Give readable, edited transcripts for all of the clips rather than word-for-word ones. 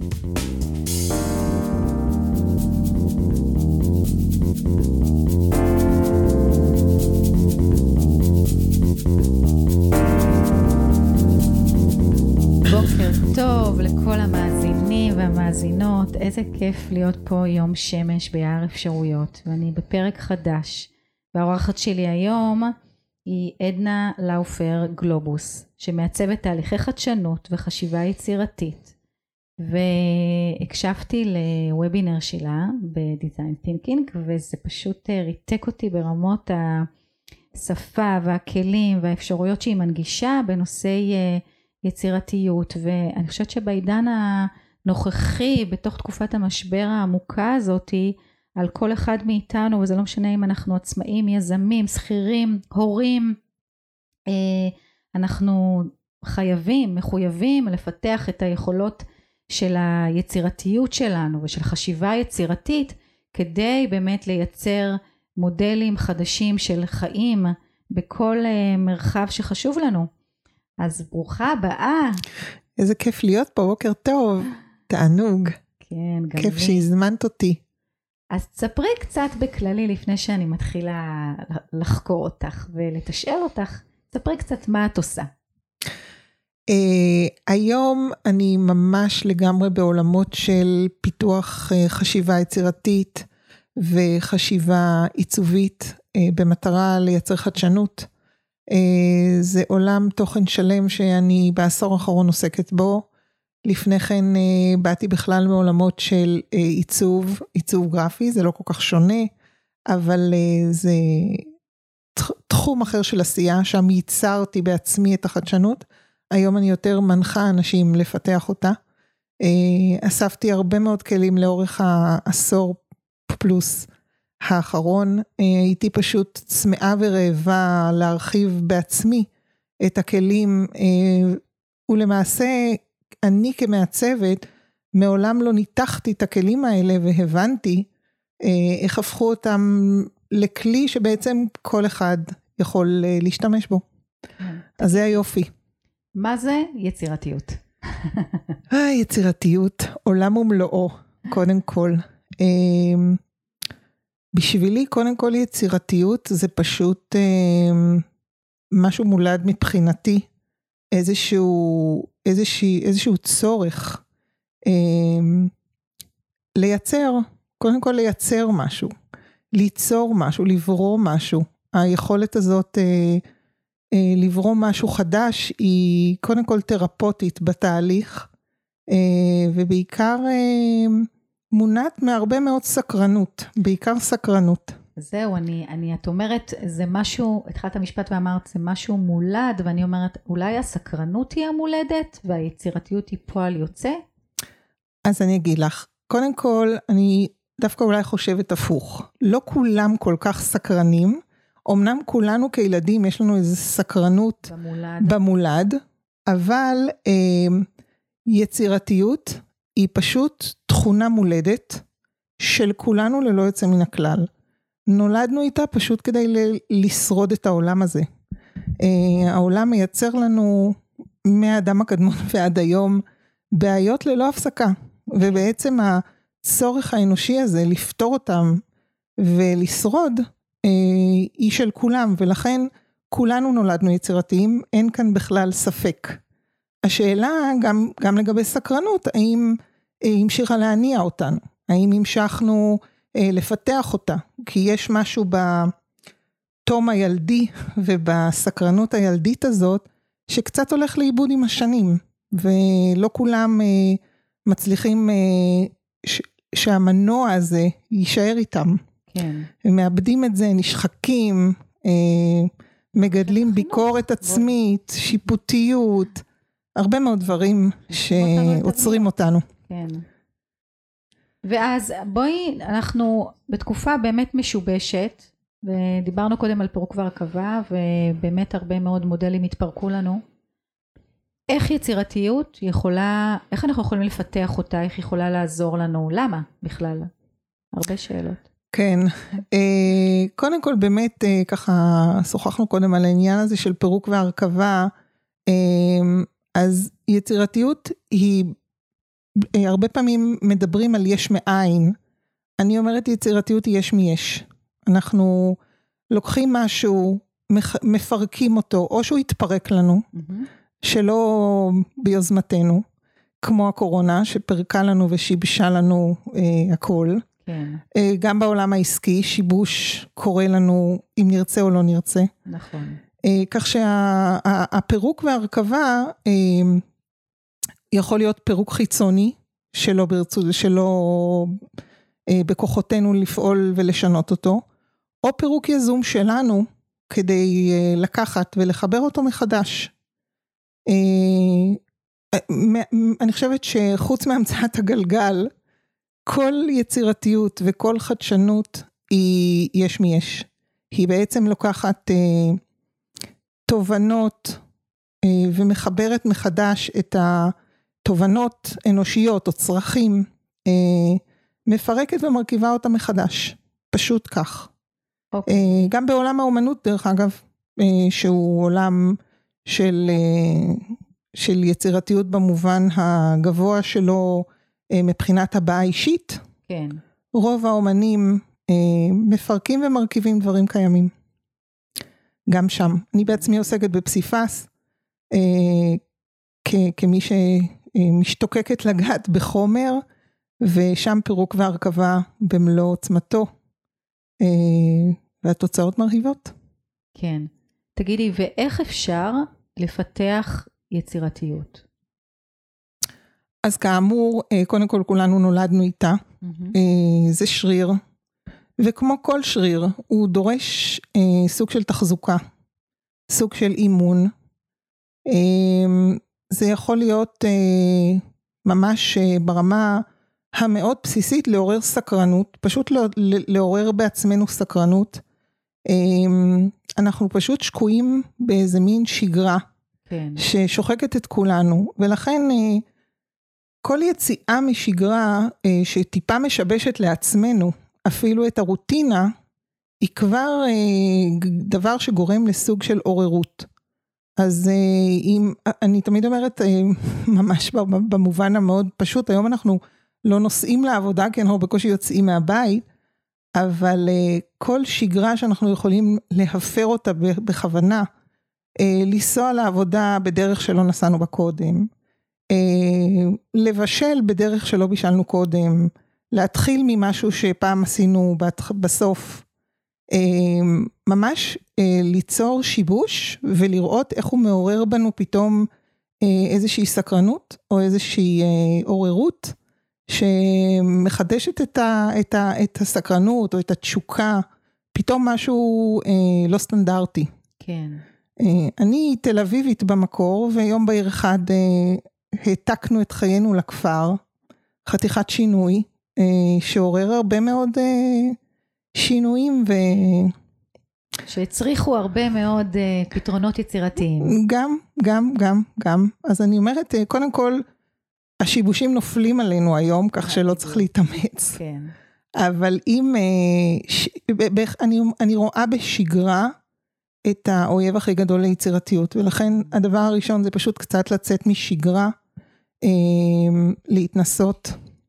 בוקר טוב לכל המאזינים והמאזינות, איזה כיף להיות פה יום שמש ביער אפשרויות, ואני בפרק חדש, והאורחת שלי היום היא עדנה לאופר גלובוס, שמעצבת תהליכי חדשנות וחשיבה יצירתית, והקשבתי לוובינר שלה בדיזיין תינקינג, וזה פשוט ריתק אותי ברמות השפה והכלים והאפשרויות שהיא מנגישה בנושאי יצירתיות, ואני חושבת שבעידן הנוכחי בתוך תקופת המשבר העמוקה הזאת על כל אחד מאיתנו, וזה לא משנה אם אנחנו עצמאים, יזמים, שכירים, הורים, אנחנו מחויבים לפתח את היכולות של היצירתיות שלנו ושל חשיבה יצירתית, כדי באמת לייצר מודלים חדשים של חיים בכל מרחב שחשוב לנו. אז ברוכה הבאה. איזה כיף להיות פה, בוקר טוב, תענוג. כן, גם כיף שהזמנת אותי. אז תספרי קצת בכללי לפני שאני מתחילה לחקור אותך ולתשאל אותך, תספרי קצת מה את עושה. היום אני ממש לגמרי בעולמות של פיתוח חשיבה יצירתית וחשיבה עיצובית במטרה לייצר חדשנות. זה עולם תוכן שלם שאני בעשור האחרון עוסקת בו. לפני כן באתי בכלל מעולמות של עיצוב גרפי, זה לא כל כך שונה, אבל זה תחום אחר של עשייה, שם ייצרתי בעצמי את החדשנות. היום אני יותר מנחה אנשים לפתח אותה. אספתי הרבה מאוד כלים לאורך העשור פלוס האחרון, הייתי פשוט צמאה ורעבה להרחיב בעצמי את הכלים, ולמעשה אני כמעצבת מעולם לא ניתחתי את הכלים האלה והבנתי איך הפכו אותם לכלי שבעצם כל אחד יכול להשתמש בו. אז זה היופי. מה זה יצירתיות? יצירתיות, עולם ומלואו, קודם כל. בשבילי קודם כל יצירתיות זה פשוט משהו מולד מבחינתי, איזשהו צורך לייצר, קודם כל לייצר משהו, ליצור משהו, לברוא משהו. היכולת הזאת לברוא משהו חדש היא קודם כל תרפוטית בתהליך, ובעיקר מונעת מהרבה מאוד סקרנות, בעיקר סקרנות. זהו, את אומרת, זה משהו, התחלת המשפט ואמרת, זה משהו מולד, ואני אומרת, אולי הסקרנות היא המולדת, והיצירתיות היא פועל יוצא? אז אני אגיד לך, קודם כל, אני דווקא אולי חושבת הפוך. לא כולם כל כך סקרנים, אמנם כולנו כילדים יש לנו איזו סקרנות במולד, אבל יצירתיות היא פשוט תכונה מולדת של כולנו ללא יוצא מן הכלל. נולדנו איתה פשוט כדי לשרוד את העולם הזה. העולם מייצר לנו מהאדם הקדמון ועד היום בעיות ללא הפסקה, ובעצם הצורך האנושי הזה לפתור אותם ולשרוד היא של כולם, ולכן כולנו נולדנו יצירתיים, אין כאן בכלל ספק. השאלה גם לגבי סקרנות, האם המשיכה להניע אותנו, האם המשכנו לפתח אותה, כי יש משהו בתום הילדי ובסקרנות הילדית הזאת, שקצת הולך לאיבוד עם השנים, ולא כולם מצליחים שהמנוע הזה יישאר איתם. כן. הם מאבדים את זה, נשחקים, מגדלים ביקורת עצמית, שיפוטיות, הרבה מאוד דברים שעוצרים אותנו. כן. ואז בואי, אנחנו בתקופה באמת משובשת, ודיברנו קודם על פירוק והרכבה, ובאמת הרבה מאוד מודלים התפרקו לנו. איך יצירתיות יכולה, איך אנחנו יכולים לפתח אותה, איך יכולה לעזור לנו, למה בכלל? הרבה שאלות. כן, קודם כל באמת ככה שוחחנו קודם על העניין הזה של פירוק והרכבה, אז יצירתיות היא הרבה פעמים מדברים על יש מאין, אני אומרת יצירתיות היא יש מיש. אנחנו לוקחים משהו, מפרקים אותו, או שהוא יתפרק לנו, שלא ביוזמתנו, כמו הקורונה, שפרקה לנו ושיבשה לנו הכל. כן. גם בעולם העסקי, שיבוש קורה לנו אם נרצה או לא נרצה. נכון. כך שהפירוק וההרכבה יכול להיות פירוק חיצוני, שלא בכוחותינו לפעול ולשנות אותו, או פירוק יזום שלנו, כדי לקחת ולחבר אותו מחדש. אני חושבת שחוץ מהמצאת הגלגל, כל יצירתיות וכל חדשנות היא יש מיש. היא בעצם לוקחת תובנות ומחברת מחדש את התובנות אנושיות או צרכים, מפרקת ומרכיבה אותה מחדש. פשוט כך. Okay. גם בעולם האומנות דרך אגב, שהוא עולם של יצירתיות במובן הגבוה שלו מבחינת הבעה אישית. כן. רוב האומנים מפרקים ומרכיבים דברים קיימים. גם שם. אני בעצמי עוסקת בפסיפס, כמי שמשתוקקת לגעת בחומר, ושם פירוק והרכבה במלוא עוצמתו, והתוצאות מרהיבות. כן. תגידי, ואיך אפשר לפתח יצירתיות? אז כאמור, קודם כל כולנו נולדנו איתה, זה שריר, וכמו כל שריר, הוא דורש סוג של תחזוקה, סוג של אימון, זה יכול להיות ממש ברמה המאוד בסיסית לעורר סקרנות, פשוט לעורר בעצמנו סקרנות, אנחנו פשוט שקועים באיזה מין שגרה, כן. ששוחקת את כולנו, ולכן כל יציאה משגרה שטיפה משבשת לעצמנו, אפילו את הרוטינה, היא כבר דבר שגורם לסוג של עוררות. אז אני תמיד אומרת, ממש במובן המאוד פשוט, היום אנחנו לא נוסעים לעבודה, כי אנחנו בקושי יוצאים מהבית, אבל כל שגרה שאנחנו יכולים להפר אותה בכוונה, לנסוע לעבודה בדרך שלא נסענו בה קודם, לבשל בדרך שלא בישלנו קודם, להתחיל ממשהו שפעם עשינו בסוף, ממש ליצור שיבוש ולראות איך הוא מעורר בנו פתאום איזושהי סקרנות או איזושהי עוררות שמחדשת את הסקרנות או את התשוקה, פתאום משהו לא סטנדרטי. כן. אני תל אביבית במקור, ויום בהיר אחד העתקנו את חיינו לכפר, חתיכת שינוי, שעורר הרבה מאוד שינויים שהצריכו הרבה מאוד פתרונות יצירתיים. גם. אז אני אומרת, קודם כל, השיבושים נופלים עלינו היום, כך שלא צריך להתאמץ. כן. אבל אם, אני רואה בשגרה את האויב הכי גדול ליצירתיות, ולכן הדבר הראשון זה פשוט קצת לצאת משגרה, להתנסות,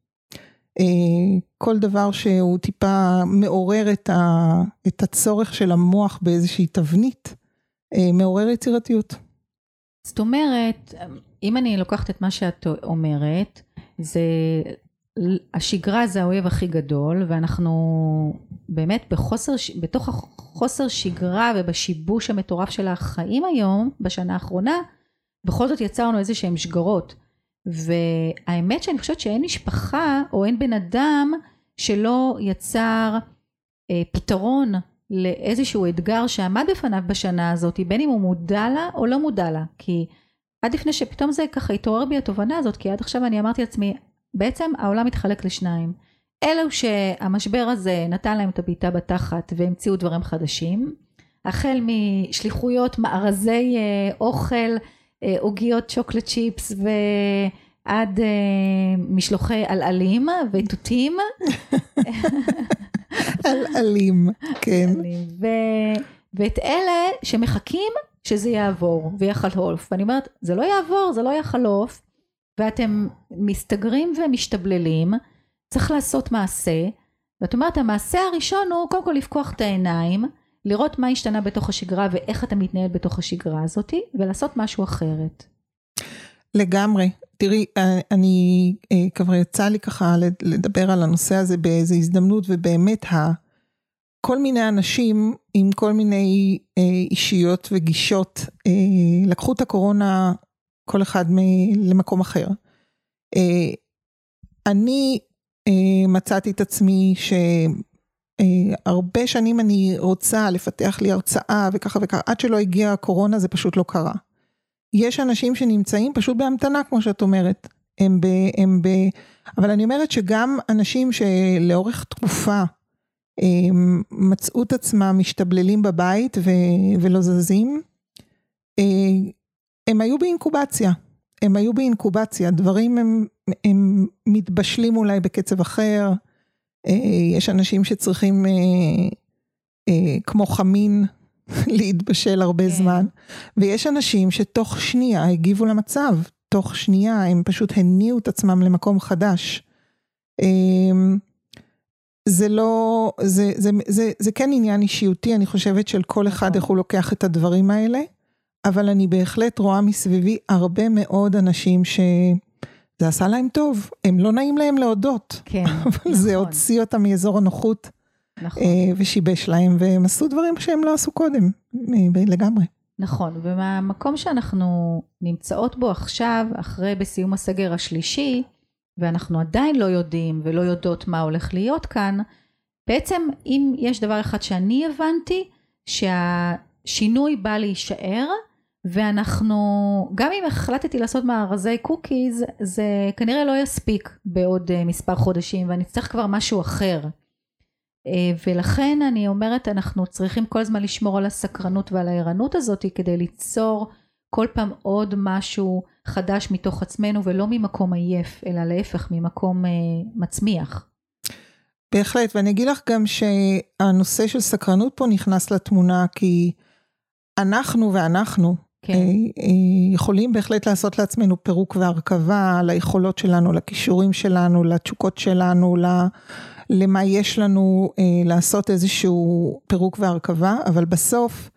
כל דבר שהוא טיפה מעורר את הצורך של המוח באיזושהי תבנית, מעורר יצירתיות. זאת אומרת, אם אני לוקחת את מה שאת אומרת, השגרה זה האויב הכי גדול, ואנחנו באמת בתוך החוסר שגרה ובשיבוש המטורף של החיים היום, בשנה האחרונה, בכל זאת יצרנו איזה שהם שגרות. והאמת שאני חושבת שאין משפחה או אין בן אדם שלא יצר פתרון לאיזשהו אתגר שעמד בפניו בשנה הזאת, בין אם הוא מודע לה או לא מודע לה. כי עד לפני שפתאום זה ככה התעורר בי התובנה הזאת, כי עד עכשיו אני אמרתי לעצמי, בעצם העולם מתחלק לשניים. אלו שהמשבר הזה נתן להם את הביטה בתחת והמציאו דברים חדשים, החל משליחויות מארזי אוכל, עוגיות שוקולד צ'יפס ועד משלוחי עלעלים ותותים. עלעלים, כן. ואת אלה שמחכים שזה יעבור ויחלוף. ואני אומרת, זה לא יעבור, זה לא יחלוף. ואתם מסתגרים ומשתבללים, צריך לעשות מעשה, ואת אומרת, המעשה הראשון הוא קודם כל לפקוח את העיניים, לראות מה השתנה בתוך השגרה, ואיך אתה מתנהל בתוך השגרה הזאת, ולעשות משהו אחרת. לגמרי. תראי, אני כבר יצא לי ככה לדבר על הנושא הזה באיזו הזדמנות, ובאמת כל מיני אנשים עם כל מיני אישיות וגישות, לקחו את הקורונה כל אחד למקום אחר. אני מצאתי את עצמי שהרבה שנים אני רוצה לפתח לי הרצאה וככה וככה, עד שלא הגיעה הקורונה זה פשוט לא קרה. יש אנשים שנמצאים פשוט בהמתנה כמו שאת אומרת, אבל אני אומרת שגם אנשים שלאורך תקופה מצאו את עצמם משתבללים בבית ולא זזים, הם היו באינקובציה, דברים הם מתבשלים אולי בקצב אחר, יש אנשים שצריכים כמו חמין להתבשל הרבה זמן, ויש אנשים שתוך שנייה הגיבו למצב, תוך שנייה הם פשוט הניעו את עצמם למקום חדש. זה כן עניין אישיותי, אני חושבת של כל אחד איך הוא לוקח את הדברים האלה, אבל אני בהחלט רואה מסביבי הרבה מאוד אנשים שזה עשה להם טוב, הם לא נעים להם להודות, אבל זה הוציא אותם מאזור הנוחות, ושיבש להם, והם עשו דברים שהם לא עשו קודם, לגמרי. נכון, ומהמקום שאנחנו נמצאות בו עכשיו, אחרי בסיום הסגר השלישי, ואנחנו עדיין לא יודעים ולא יודעות מה הולך להיות כאן, בעצם אם יש דבר אחד שאני הבנתי, שהשינוי בא להישאר, ואנחנו, גם אם החלטתי לעשות מארזי קוקיז, זה כנראה לא יספיק בעוד מספר חודשים, ואני צריך כבר משהו אחר. ולכן אני אומרת, אנחנו צריכים כל הזמן לשמור על הסקרנות ועל הערנות הזאת, כדי ליצור כל פעם עוד משהו חדש מתוך עצמנו, ולא ממקום עייף, אלא להפך, ממקום מצמיח. בהחלט, ואני אגיד לך גם שהנושא של סקרנות פה נכנס לתמונה, כי אנחנו יכולים בהחלט לעשות לעצמנו פירוק והרכבה, ליכולות שלנו, לכישורים שלנו, לתשוקות שלנו, למה יש לנו לעשות איזשהו פירוק והרכבה, אבל בסוף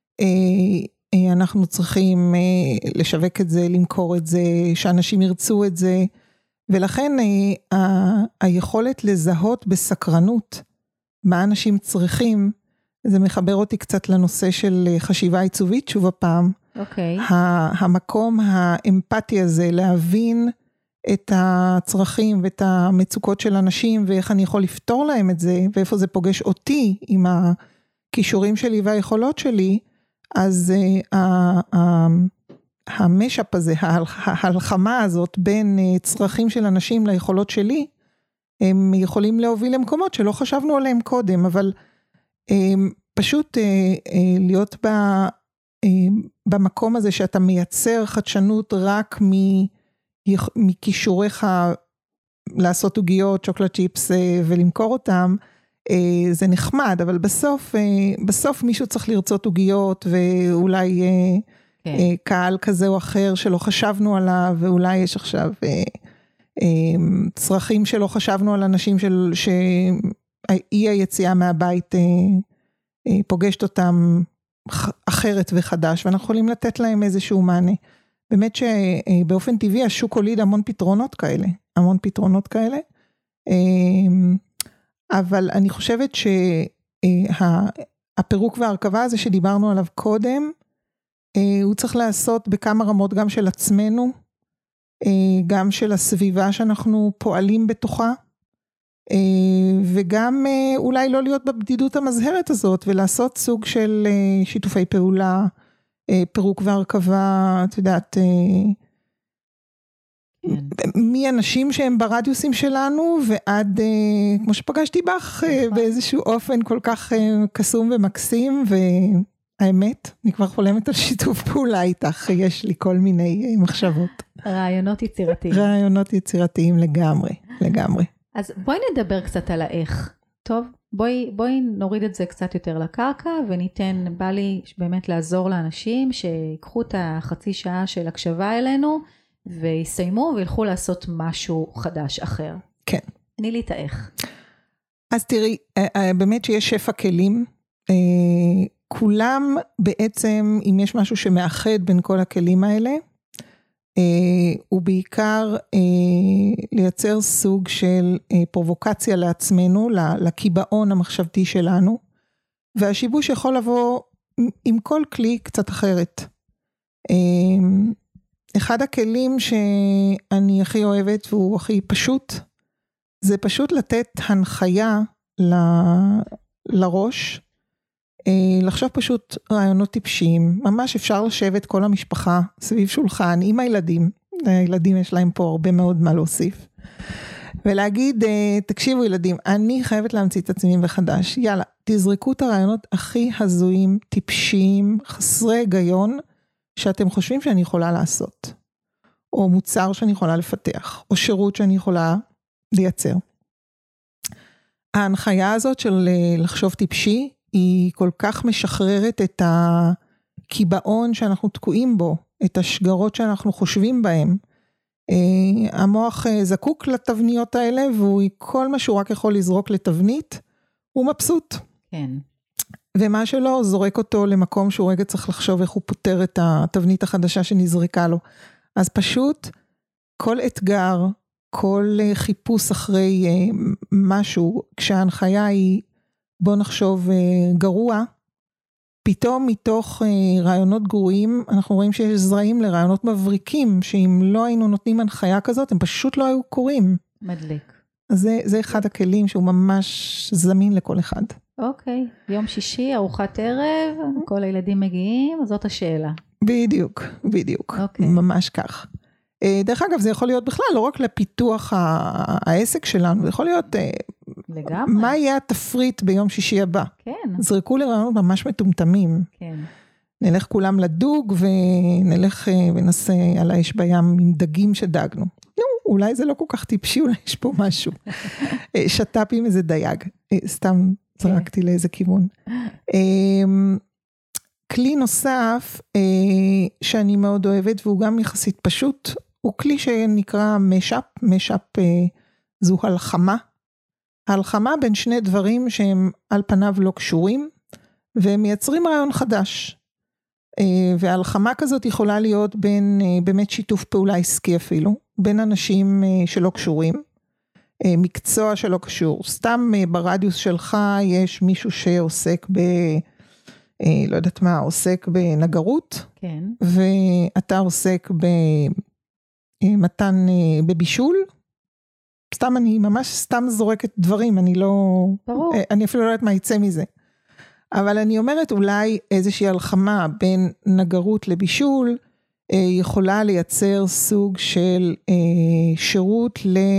אנחנו צריכים לשווק את זה, למכור את זה, שאנשים ירצו את זה, ולכן היכולת לזהות בסקרנות מה אנשים צריכים, זה מחבר אותי קצת לנושא של חשיבה עיצובית, שוב הפעם. אוקיי. המקום האמפתי הזה, להבין את הצרכים ואת המצוקות של אנשים, ואיך אני יכול לפתור להם את זה, ואיפה זה פוגש אותי עם הכישורים שלי והיכולות שלי, אז המשאפ הזה, ההלחמה הזאת בין צרכים של אנשים ליכולות שלי, הם יכולים להוביל למקומות שלא חשבנו עליהם קודם, אבל פשוט להיות במקום הזה שאתה מייצר חדשנות רק מכישוריך לעשות עוגיות, שוקולד צ'יפס ולמכור אותם, זה נחמד, אבל בסוף מישהו צריך לרצות עוגיות, ואולי קהל כזה או אחר שלא חשבנו עליו, ואולי יש עכשיו צרכים שלא חשבנו על אנשים שאי היציאה מהבית פוגשת אותם אחרת וחדש, ואנחנו יכולים לתת להם איזשהו מענה. באמת שבאופן טבעי השוק הוליד המון פתרונות כאלה, אבל אני חושבת שהפירוק וההרכבה הזה שדיברנו עליו קודם, הוא צריך לעשות בכמה רמות, גם של עצמנו, גם של הסביבה שאנחנו פועלים בתוכה, וגם אולי לא להיות בבדידות המזהרת הזאת, ולעשות סוג של שיתופי פעולה, פירוק והרכבה, את יודעת, מי אנשים שהם ברדיוסים שלנו, ועד, כמו שפגשתי בך, באיזשהו אופן כל כך קסום ומקסים, והאמת, אני כבר חולמת על שיתוף פעולה איתך, יש לי כל מיני מחשבות. רעיונות יצירתיים לגמרי. אז בואי נדבר קצת על האיך, טוב? בואי נוריד את זה קצת יותר לקרקע, וניתן, בא לי באמת לעזור לאנשים, שיקחו את החצי שעה של הקשבה אלינו, ויסיימו וילכו לעשות משהו חדש אחר. כן. תני לי את האיך. אז תראי, באמת שיש שפע כלים, כולם בעצם, אם יש משהו שמאחד בין כל הכלים האלה, הוא בעיקר לייצר סוג של פרובוקציה לעצמנו, לקיבעון המחשבתי שלנו, והשיבוש יכול לבוא עם כל כלי קצת אחרת. אחד הכלים שאני הכי אוהבת והוא הכי פשוט, זה פשוט לתת הנחיה לראש, לחשוב פשוט רעיונות טיפשיים, ממש אפשר לשבת כל המשפחה סביב שולחן עם הילדים, הילדים יש להם פה הרבה מאוד מה להוסיף, ולהגיד, תקשיבו ילדים, אני חייבת להמציא את עצמי מחדש, יאללה, תזרקו את הרעיונות הכי הזויים, טיפשיים, חסרי היגיון, שאתם חושבים שאני יכולה לעשות, או מוצר שאני יכולה לפתח, או שירות שאני יכולה לייצר. ההנחיה הזאת של לחשוב טיפשי, היא כל כך משחררת את הקיבעון שאנחנו תקועים בו, את השגרות שאנחנו חושבים בהם. המוח זקוק לתבניות האלה, וכל מה שהוא רק יכול לזרוק לתבנית, הוא מבסוט. כן. ומה שלא, זורק אותו למקום שהוא רגע צריך לחשוב איך הוא פותר את התבנית החדשה שנזרקה לו. אז פשוט, כל אתגר, כל חיפוש אחרי משהו, כשההנחיה היא, בוא נחשוב גרוע, פתאום מתוך רעיונות גרועים, אנחנו רואים שיש זרעים לרעיונות מבריקים, שאם לא היינו נותנים הנחיה כזאת, הם פשוט לא היו קורים. מדליק. אז זה אחד הכלים שהוא ממש זמין לכל אחד. אוקיי, יום שישי, ארוחת ערב, כל הילדים מגיעים, זאת השאלה. בדיוק, בדיוק, ממש כך. דרך אגב, זה יכול להיות בכלל, לא רק לפיתוח העסק שלנו, זה יכול להיות, לגמרי. מה יהיה התפריט ביום שישי הבא? כן. זרקו לרעיונות ממש מטומטמים. כן. נלך כולם לדוג, ונלך ונעשה על האש בים עם דגים שדגנו. אולי זה לא כל כך טיפשי, אולי יש פה משהו. שטאפ עם איזה דייג. סתם זרקתי לאיזה כיוון. כלי נוסף שאני מאוד אוהבת, והוא גם יחסית פשוט, הוא כלי שנקרא משאפ. משאפ זו הלחמה. ההלחמה בין שני דברים שהם על פניו לא קשורים, והם מייצרים רעיון חדש. וההלחמה כזאת יכולה להיות בין באמת שיתוף פעולה עסקי אפילו, בין אנשים שלא קשורים, מקצוע שלא קשור. סתם ברדיוס שלך יש מישהו שעוסק לא יודעת מה, עוסק בנגרות, כן. ואתה עוסק במתן, בבישול, סתם אני ממש סתם זורקת דברים, אני לא, ברור. אני אפילו לא יודעת מה יצא מזה. אבל אני אומרת אולי איזושהי הלחמה בין נגרות לבישול, יכולה לייצר סוג של שירות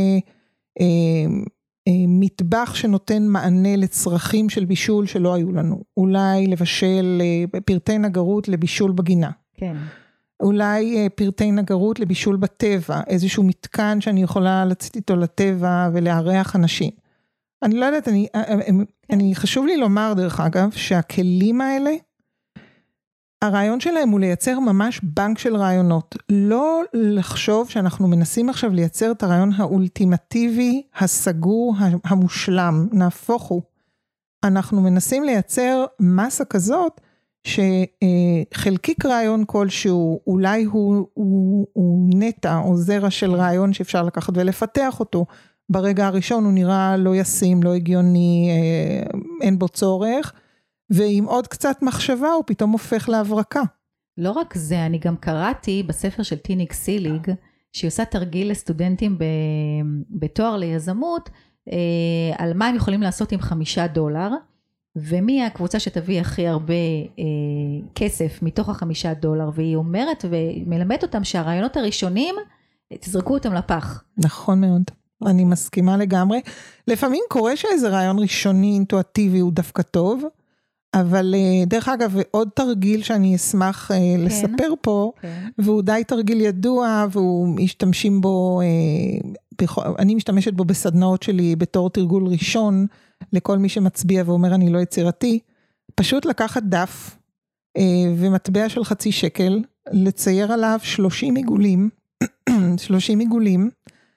למטבח שנותן מענה לצרכים של בישול שלא היו לנו. אולי לבשל פרטי נגרות לבישול בגינה. כן. אולי פרטי נגרות לבישול בטבע, איזשהו מתקן שאני יכולה לצאת איתו לטבע ולארח אנשים. אני לא יודעת, אני חשוב לי לומר דרך אגב, שהכלים האלה, הרעיון שלהם הוא לייצר ממש בנק של רעיונות, לא לחשוב שאנחנו מנסים עכשיו לייצר את הרעיון האולטימטיבי, הסגור, המושלם, נהפוך הוא. אנחנו מנסים לייצר מסה כזאת, שחלקיק רעיון כלשהו, אולי הוא נטע או זרע של רעיון שאפשר לקחת ולפתח אותו, ברגע הראשון הוא נראה לא ישים, לא הגיוני, אין בו צורך, ועם עוד קצת מחשבה הוא פתאום הופך להברקה. לא רק זה, אני גם קראתי בספר של טיניק סיליג, שהיא עושה תרגיל לסטודנטים בתואר ליזמות, על מה הם יכולים לעשות עם $5, ומי הקבוצה שתביא הכי הרבה כסף מתוך $5, והיא אומרת ומלמדת אותם שהרעיונות הראשונים, תזרקו אותם לפח. נכון מאוד. אני מסכימה לגמרי. לפעמים קורה שאיזה רעיון ראשוני אינטואטיבי הוא דווקא טוב, אבל דרך אגב עוד תרגיל שאני אשמח לספר פה, והוא די תרגיל ידוע, והוא משתמשים בו, אני משתמשת בו בסדנאות שלי בתור תרגול ראשון, לכל מי שמצביע ואומר אני לא יצירתי, פשוט לקחת דף ומטבע של 0.50 שקל, לצייר עליו 30 עיגולים, 30 עיגולים,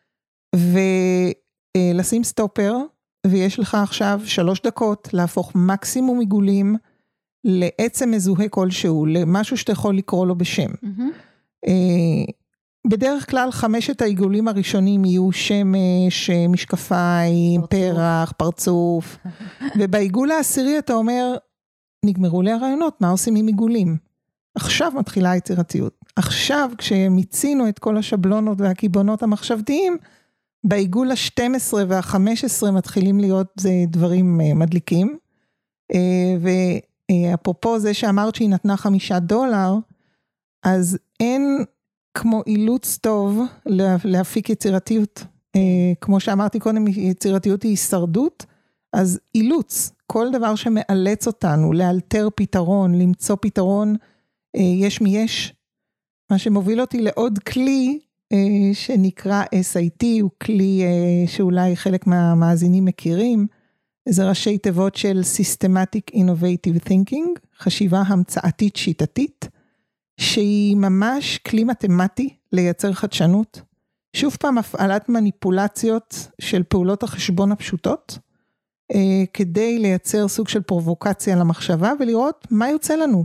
ולשים סטופר, ויש לך עכשיו 3 דקות להפוך מקסימום עיגולים, לעצם מזוהה כלשהו, למשהו שאתה יכול לקרוא לו בשם. בדרך כלל 5 העיגולים הראשונים יהיו שמש, משקפיים, פרח, פרצוף, ובעיגול העשירי אתה אומר, נגמרו לי הרעיונות, מה עושים עם עיגולים? עכשיו מתחילה היצירתיות. עכשיו כשמיצינו את כל השבלונות והקיבעונות המחשבתיים, בעיגול ה-12 וה-15 מתחילים להיות דברים מדליקים, ואפרופו זה שאמרת שהיא נתנה $5, אז אין כמו אילוץ טוב להפיק יצירתיות. כמו שאמרתי קודם, יצירתיות היא הישרדות, אז אילוץ, כל דבר שמאלץ אותנו לאלתר פתרון, למצוא פתרון יש מיש, מה שמוביל אותי לעוד כלי שנקרא SIT, הוא כלי שאולי חלק מהמאזינים מכירים, זה ראשי תיבות של Systematic Innovative Thinking, חשיבה המצאתית שיטתית, שהיא ממש כלי מתמטי לייצר חדשנות, שוב פעם הפעלת מניפולציות של פעולות החשבון הפשוטות, כדי לייצר סוג של פרובוקציה למחשבה, ולראות מה יוצא לנו.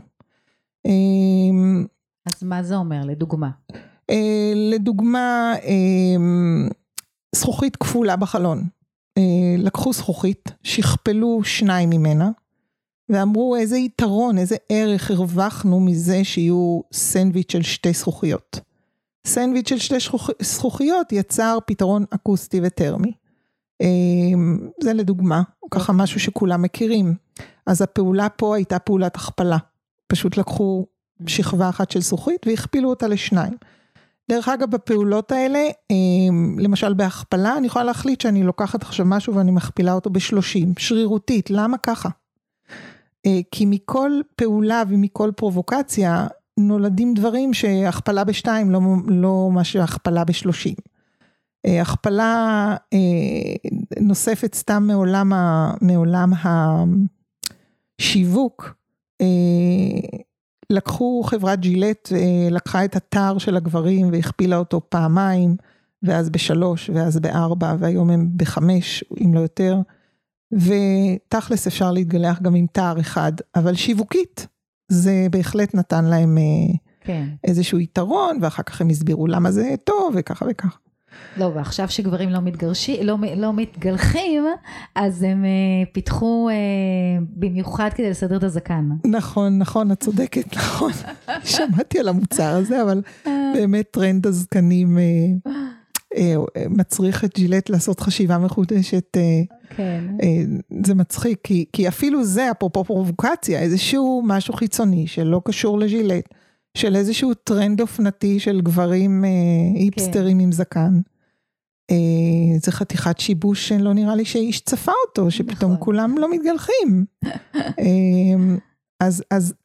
אז מה זה אומר, לדוגמה? לדוגמה, זכוכית כפולה בחלון. לקחו זכוכית, שכפלו 2 ממנה, ואמרו איזה יתרון, איזה ערך הרווחנו מזה שיהיו סנדוויץ' של 2 זכוכיות. סנדוויץ' של 2 זכוכיות יצר פתרון אקוסטי וטרמי. זה לדוגמה, ככה משהו שכולם מכירים. אז הפעולה פה הייתה פעולת הכפלה. פשוט לקחו שכבה אחת של זכוכית והכפילו אותה ל2. דרך אגב, בפעולות האלה, למשל בהכפלה, אני יכולה להחליט שאני לוקחת עכשיו משהו ואני מכפילה אותו ב30, שרירותית. למה ככה? כי מכל פעולה ומכל פרובוקציה, נולדים דברים שהכפלה ב2 לא מה שהכפלה ב30. הכפלה נוספת סתם מעולם השיווק, לקחו חברת ג'ילט, לקחה את התאר של הגברים והכפילה אותו פעמיים, ואז ב3 ואז ב4, והיום הם ב5 אם לא יותר, ותכלס אפשר להתגלח גם עם תאר אחד, אבל שיווקית זה בהחלט נתן להם כן. איזשהו יתרון, ואחר כך הם הסבירו למה זה טוב וככה וככה. לא, ועכשיו שגברים לא מתגלחים, אז הם פיתחו במיוחד כדי לסדר את הזקן. נכון, נכון, את צודקת, נכון. שמעתי על המוצר הזה, אבל באמת טרנד הזקנים מצריך את ג'ילט לעשות חשיבה מחודשת. כן. זה מצחיק, כי אפילו זה, אפרופו פרובוקציה, איזשהו משהו חיצוני שלא קשור לג'ילט, של איזשהו טרנד אופנתי של גברים היפסטרים עם זקן. זה חתיכת שיבוש שלא נראה לי שאיש צפה אותו, שפתאום כולם לא מתגלחים. אז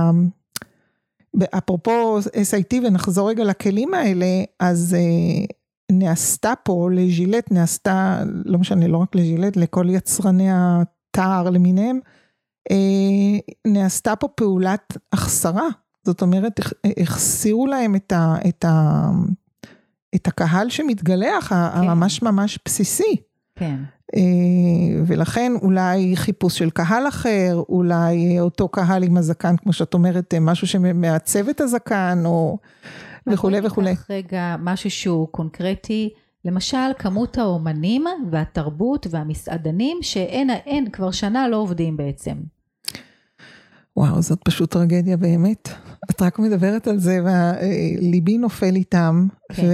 אפרופו SIT ונחזור רגע לכלים האלה, אז נעשתה פה לג'ילט, נעשתה, לא משנה, לא רק לג'ילט, לכל יצרני התאר למיניהם, נעשתה פה פעולת החסרה. זאת אומרת, החסירו להם את הקהל שמתגלח, הממש ממש בסיסי. כן. ולכן אולי חיפוש של קהל אחר, אולי אותו קהל עם הזקן, כמו שאת אומרת, משהו שמעצב את הזקן, או וכו' וכו'. רגע, משהו שהוא קונקרטי, למשל, כמות האומנים והתרבות והמסעדנים, שאין, כבר שנה לא עובדים בעצם. וואו, זאת פשוט טרגדיה באמת. את רק מדברת על זה, וליבי נופל איתם, כן.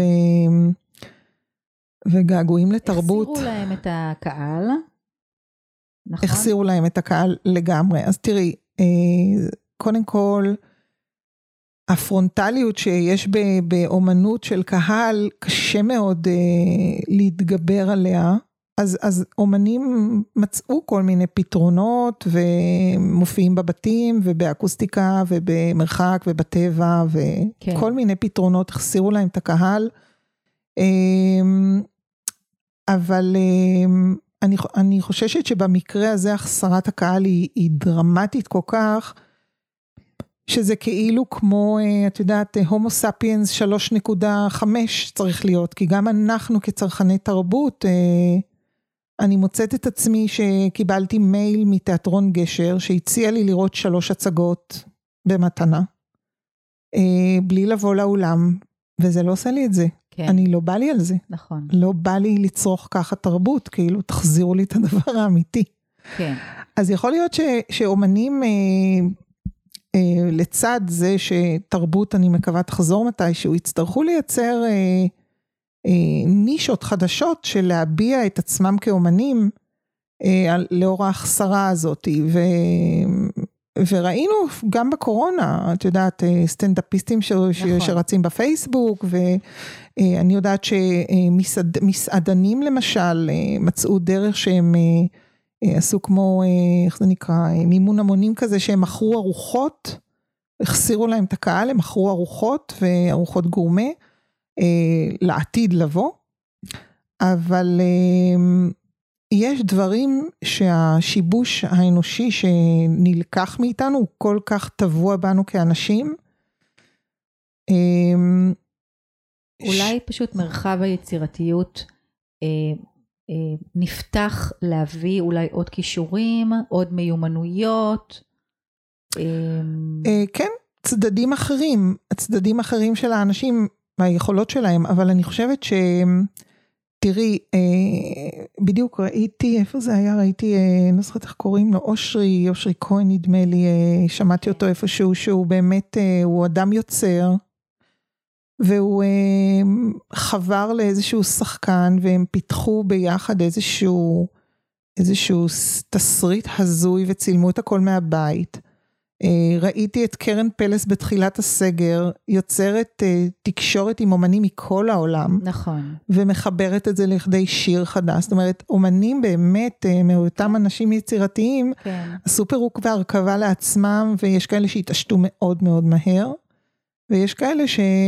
וגעגועים לתרבות. החסירו להם את הקהל, נכון? החסירו להם את הקהל לגמרי. אז תראי, קודם כל, הפרונטליות שיש באומנות של קהל, קשה מאוד להתגבר עליה, אז אומנים מצאו כל מיני פתרונות, ומופיעים בבתים, ובאקוסטיקה, ובמרחק, ובטבע, וכל מיני פתרונות, החסירו להם את הקהל, אבל אני חוששת שבמקרה הזה, החסרת הקהל היא דרמטית כל כך, שזה כאילו כמו, את יודעת, הומו ספיאנס 3.5 צריך להיות, כי גם אנחנו כצרכני תרבות, אני מוצאת את עצמי שקיבלתי מייל מתיאטרון גשר, שהציע לי לראות 3 הצגות במתנה, בלי לבוא לאולם, וזה לא עושה לי את זה. כן. אני לא בא לי על זה. נכון. לא בא לי לצרוך ככה תרבות, כאילו תחזירו לי את הדבר האמיתי. כן. אז יכול להיות שאומנים, לצד זה שתרבות אני מקווה תחזור מתישהו, יצטרכו לייצר נישות חדשות של להביע את עצמם כאומנים לאור ההחסרה הזאת, וראינו גם בקורונה, את יודעת, סטנדאפיסטים שרצים בפייסבוק, ואני יודעת שמסעדנים למשל מצאו דרך שהם עשו כמו, איך זה נקרא, מימון המונים כזה, שהם מכרו ארוחות, החסירו להם את הקהל, הם מכרו ארוחות וארוחות גורמה, לעתיד לבוא, אבל יש דברים שהשיבוש האנושי שנלקח מאיתנו, הוא כל כך טבוע בנו כאנשים. אולי פשוט מרחב היצירתיות נפתח להביא אולי עוד כישורים, עוד מיומנויות. כן, צדדים אחרים של האנשים והיכולות שלהם, אבל אני חושבת תראי, בדיוק ראיתי, איפה זה היה? ראיתי, לא זוכרת איך קוראים לו, אושרי כהן נדמה לי, שמעתי אותו איפשהו, שהוא באמת, הוא אדם יוצר, והוא חבר לאיזשהו שחקן, והם פיתחו ביחד איזשהו תסריט הזוי, וצילמו את הכל מהבית. ראיתי את קרן פלס בתחילת הסגר, יוצרת תקשורת עם אומנים מכל העולם. נכון. ומחברת את זה לכדי שיר חדש. זאת אומרת, אומנים באמת, מאותם אנשים יצירתיים, כן. עשו פירוק והרכבה לעצמם, ויש כאלה שהתעשתו מאוד מאוד מהר, ויש כאלה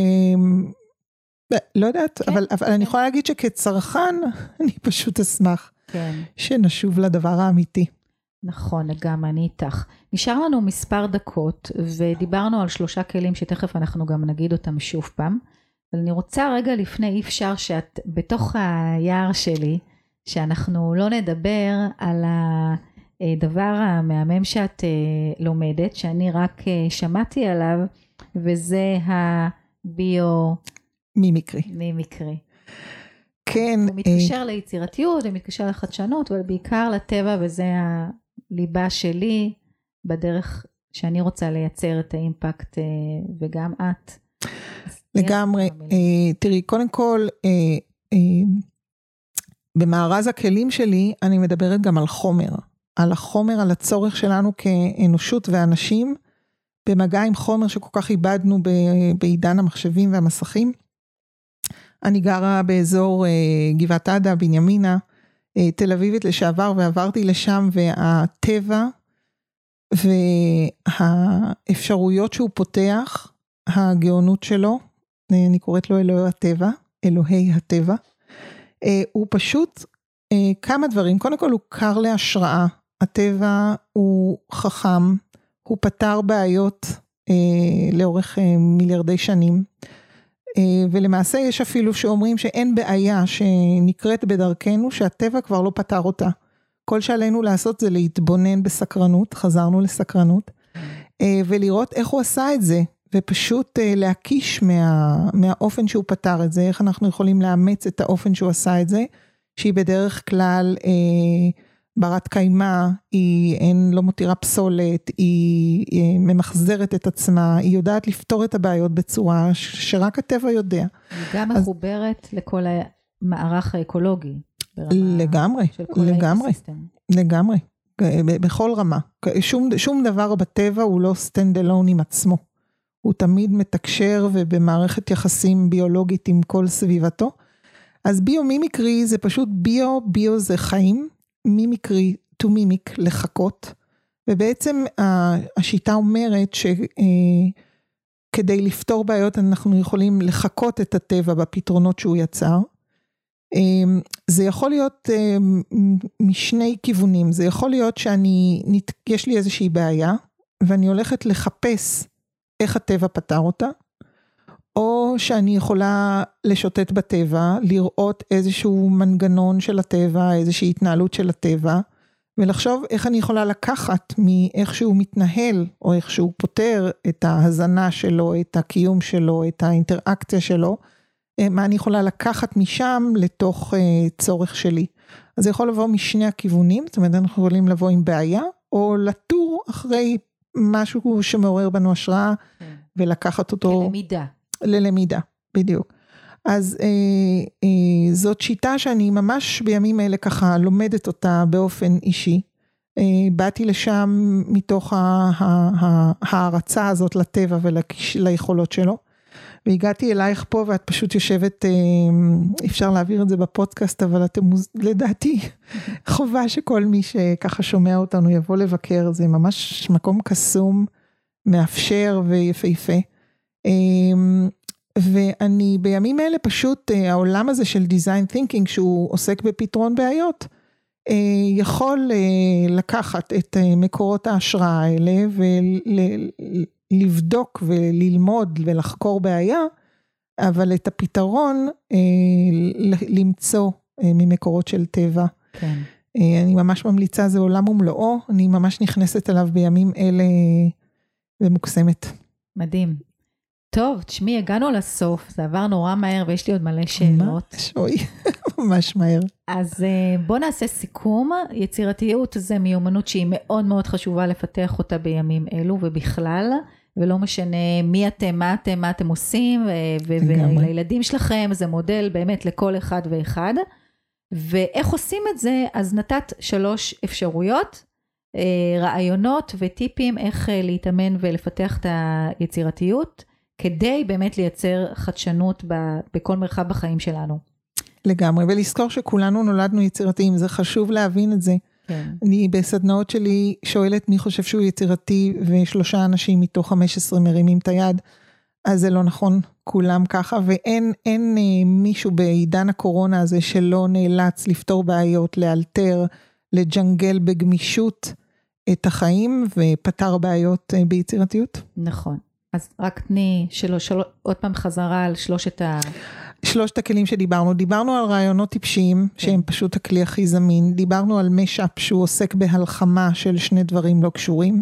לא יודעת, כן. אבל אני יכולה להגיד שכצרכן, אני פשוט אשמח. כן. שנשוב לדבר האמיתי. נכון, גם אני איתך. נשאר לנו מספר דקות, ודיברנו על 3 כלים שתכף אנחנו גם נגיד אותם שוב פעם, אבל אני רוצה רגע לפני, אי אפשר שאת בתוך היער שלי, שאנחנו לא נדבר על הדבר המהמם שאת לומדת, שאני רק שמעתי עליו, וזה מימיקרי. כן. הוא מתקשר ליצירתיות, הוא מתקשר לחדשנות, אבל בעיקר לטבע, וזה הליבה שלי, בדרך שאני רוצה לייצר את האימפקט, וגם את. לגמרי. תראי, קודם כל, במארז הכלים שלי, אני מדברת גם על חומר. על החומר, על הצורך שלנו כאנושות ואנשים, במגע עם חומר שכל כך איבדנו בעידן המחשבים והמסכים. אני גרה באזור גבעת עדה, בנימינה, תל אביבית לשעבר, ועברתי לשם, והטבע והאפשרויות שהוא פותח, הגאונות שלו, אני קוראת לו אלוהי הטבע, הוא פשוט כמה דברים. קודם כל הוא קר להשראה, הטבע הוא חכם, הוא פתר בעיות לאורך מיליארדי שנים, ולמעשה יש אפילו שאומרים שאין בעיה שנקראת בדרכנו, שהטבע כבר לא פתר אותה. כל שעלינו לעשות זה להתבונן בסקרנות, חזרנו לסקרנות, ולראות איך הוא עשה את זה, ופשוט להקיש מהאופן שהוא פתר את זה, איך אנחנו יכולים לאמץ את האופן שהוא עשה את זה, שהיא בדרך כלל ברת קיימה, היא לא מותירה פסולת, היא ממחזרת את עצמה, היא יודעת לפתור את הבעיות בצורה שרק הטבע יודע. היא גם מחוברת לכל המערך האקולוגי. לגמרי, לגמרי, בכל רמה. שום דבר בטבע הוא לא stand alone עם עצמו. הוא תמיד מתקשר ובמערכת יחסים ביולוגית עם כל סביבתו. אז ביומימיקרי זה פשוט ביו זה חיים, מימיקרי, to mimic, לחכות, ובעצם השיטה אומרת שכדי לפתור בעיות אנחנו יכולים לחכות את הטבע בפתרונות שהוא יצר. זה יכול להיות משני כיוונים, זה יכול להיות יש לי איזושהי בעיה, ואני הולכת לחפש איך הטבע פתר אותה, או שאני יכולה לשוטט בטבע, לראות איזשהו מנגנון של הטבע, איזושהי התנהלות של הטבע, ולחשוב איך אני יכולה לקחת מאיך שהוא מתנהל, או איך שהוא פותר את ההזנה שלו, את הקיום שלו, את האינטראקציה שלו, מה אני יכולה לקחת משם לתוך צורך שלי. אז זה יכול לבוא משני הכיוונים, זאת אומרת אנחנו יכולים לבוא עם בעיה, או לטור אחרי משהו שמעורר בנו השראה, ולקחת אותו ללמידה, בדיוק. אז זאת שיטה שאני ממש בימים אלה ככה לומדת אותה באופן אישי. באתי לשם מתוך ההערצה הזאת לטבע וליכולות שלו. והגעתי אלייך פה ואת פשוט יושבת, אפשר להעביר את זה בפודקאסט, אבל אתם לדעתי חובה שכל מי שככה שומע אותנו יבוא לבקר, זה ממש מקום קסום, מאפשר ויפהפה. ואני בימים אלה פשוט, העולם הזה של design thinking, שהוא עוסק בפתרון בעיות, יכול לקחת את מקורות ההשראה האלה, ולבדוק וללמוד ולחקור בעיה, אבל את הפתרון למצוא ממקורות של טבע. כן. אני ממש ממליצה, זה עולם ומלואו, אני ממש נכנסת אליו בימים אלה ומוקסמת. מדהים. טוב, תשמעי, הגענו לסוף, זה עבר נורא מהר ויש לי עוד מלא שאלות. ממש מהר. אז בוא נעשה סיכום. יצירתיות זה מיומנות שהיא מאוד מאוד חשובה לפתח אותה בימים אלו ובכלל, ולא משנה מי אתם, מה אתם עושים, ולילדים שלכם זה מודל באמת לכל אחד ואחד. ואיך עושים את זה? אז נתת 3 אפשרויות, רעיונות וטיפים איך להתאמן ולפתח את היצירתיות, כדי באמת לייצר חדשנות בכל מרחב בחיים שלנו. לגמרי, ולזכור שכולנו נולדנו יצירתיים, זה חשוב להבין את זה. כן. אני בסדנאות שלי שואלת מי חושב שהוא יצירתי, ו3 אנשים מתוך 15 מרימים את היד, אז זה לא נכון, כולם ככה, ואין מישהו בעידן הקורונה הזה שלא נאלץ לפתור בעיות, לאלתר, לג'נגל בגמישות את החיים, ופתר בעיות ביצירתיות. נכון. אז רק תני עוד פעם חזרה על 3 הכלים שדיברנו. דיברנו על רעיונות טיפשיים, שהם פשוט הכלי הכי זמין. דיברנו על משאפ שהוא עוסק בהלחמה של 2 דברים לא קשורים.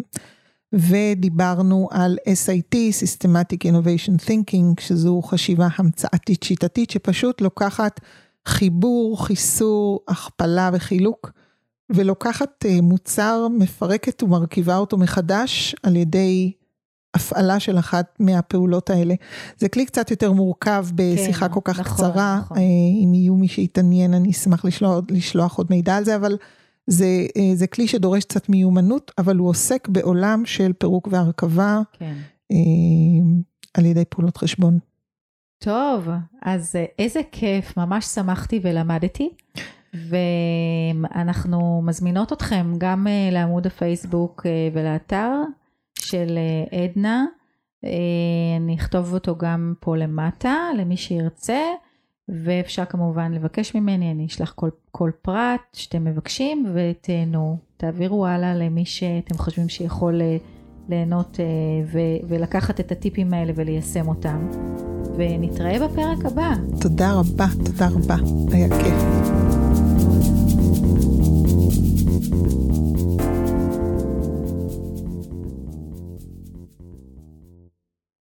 ודיברנו על SIT, Systematic Innovation Thinking, שזו חשיבה המצאתית שיטתית, שפשוט לוקחת חיבור, חיסור, הכפלה וחילוק, ולוקחת מוצר, מפרקת ומרכיבה אותו מחדש על ידי הפעלה של אחת מהפעולות האלה. זה כלי קצת יותר מורכב בשיחה כל כך קצרה, אם יהיו מי שיתעניין, אני אשמח לשלוח עוד מידע על זה, אבל זה כלי שדורש קצת מיומנות, אבל הוא עוסק בעולם של פירוק והרכבה, על ידי פעולות חשבון. טוב, אז איזה כיף, ממש שמחתי ולמדתי, ואנחנו מזמינות אתכם גם לעמוד הפייסבוק ולאתר, של עדנה, אני אכתוב אותו גם פה למטה, למי שירצה, ואפשר כמובן לבקש ממני, אני אשלח כל פרט שאתם מבקשים, ותהנו, תעבירו הלאה למי שאתם חושבים שיכול ליהנות, ולקחת את הטיפים האלה וליישם אותם, ונתראה בפרק הבא. תודה רבה, היה כיף.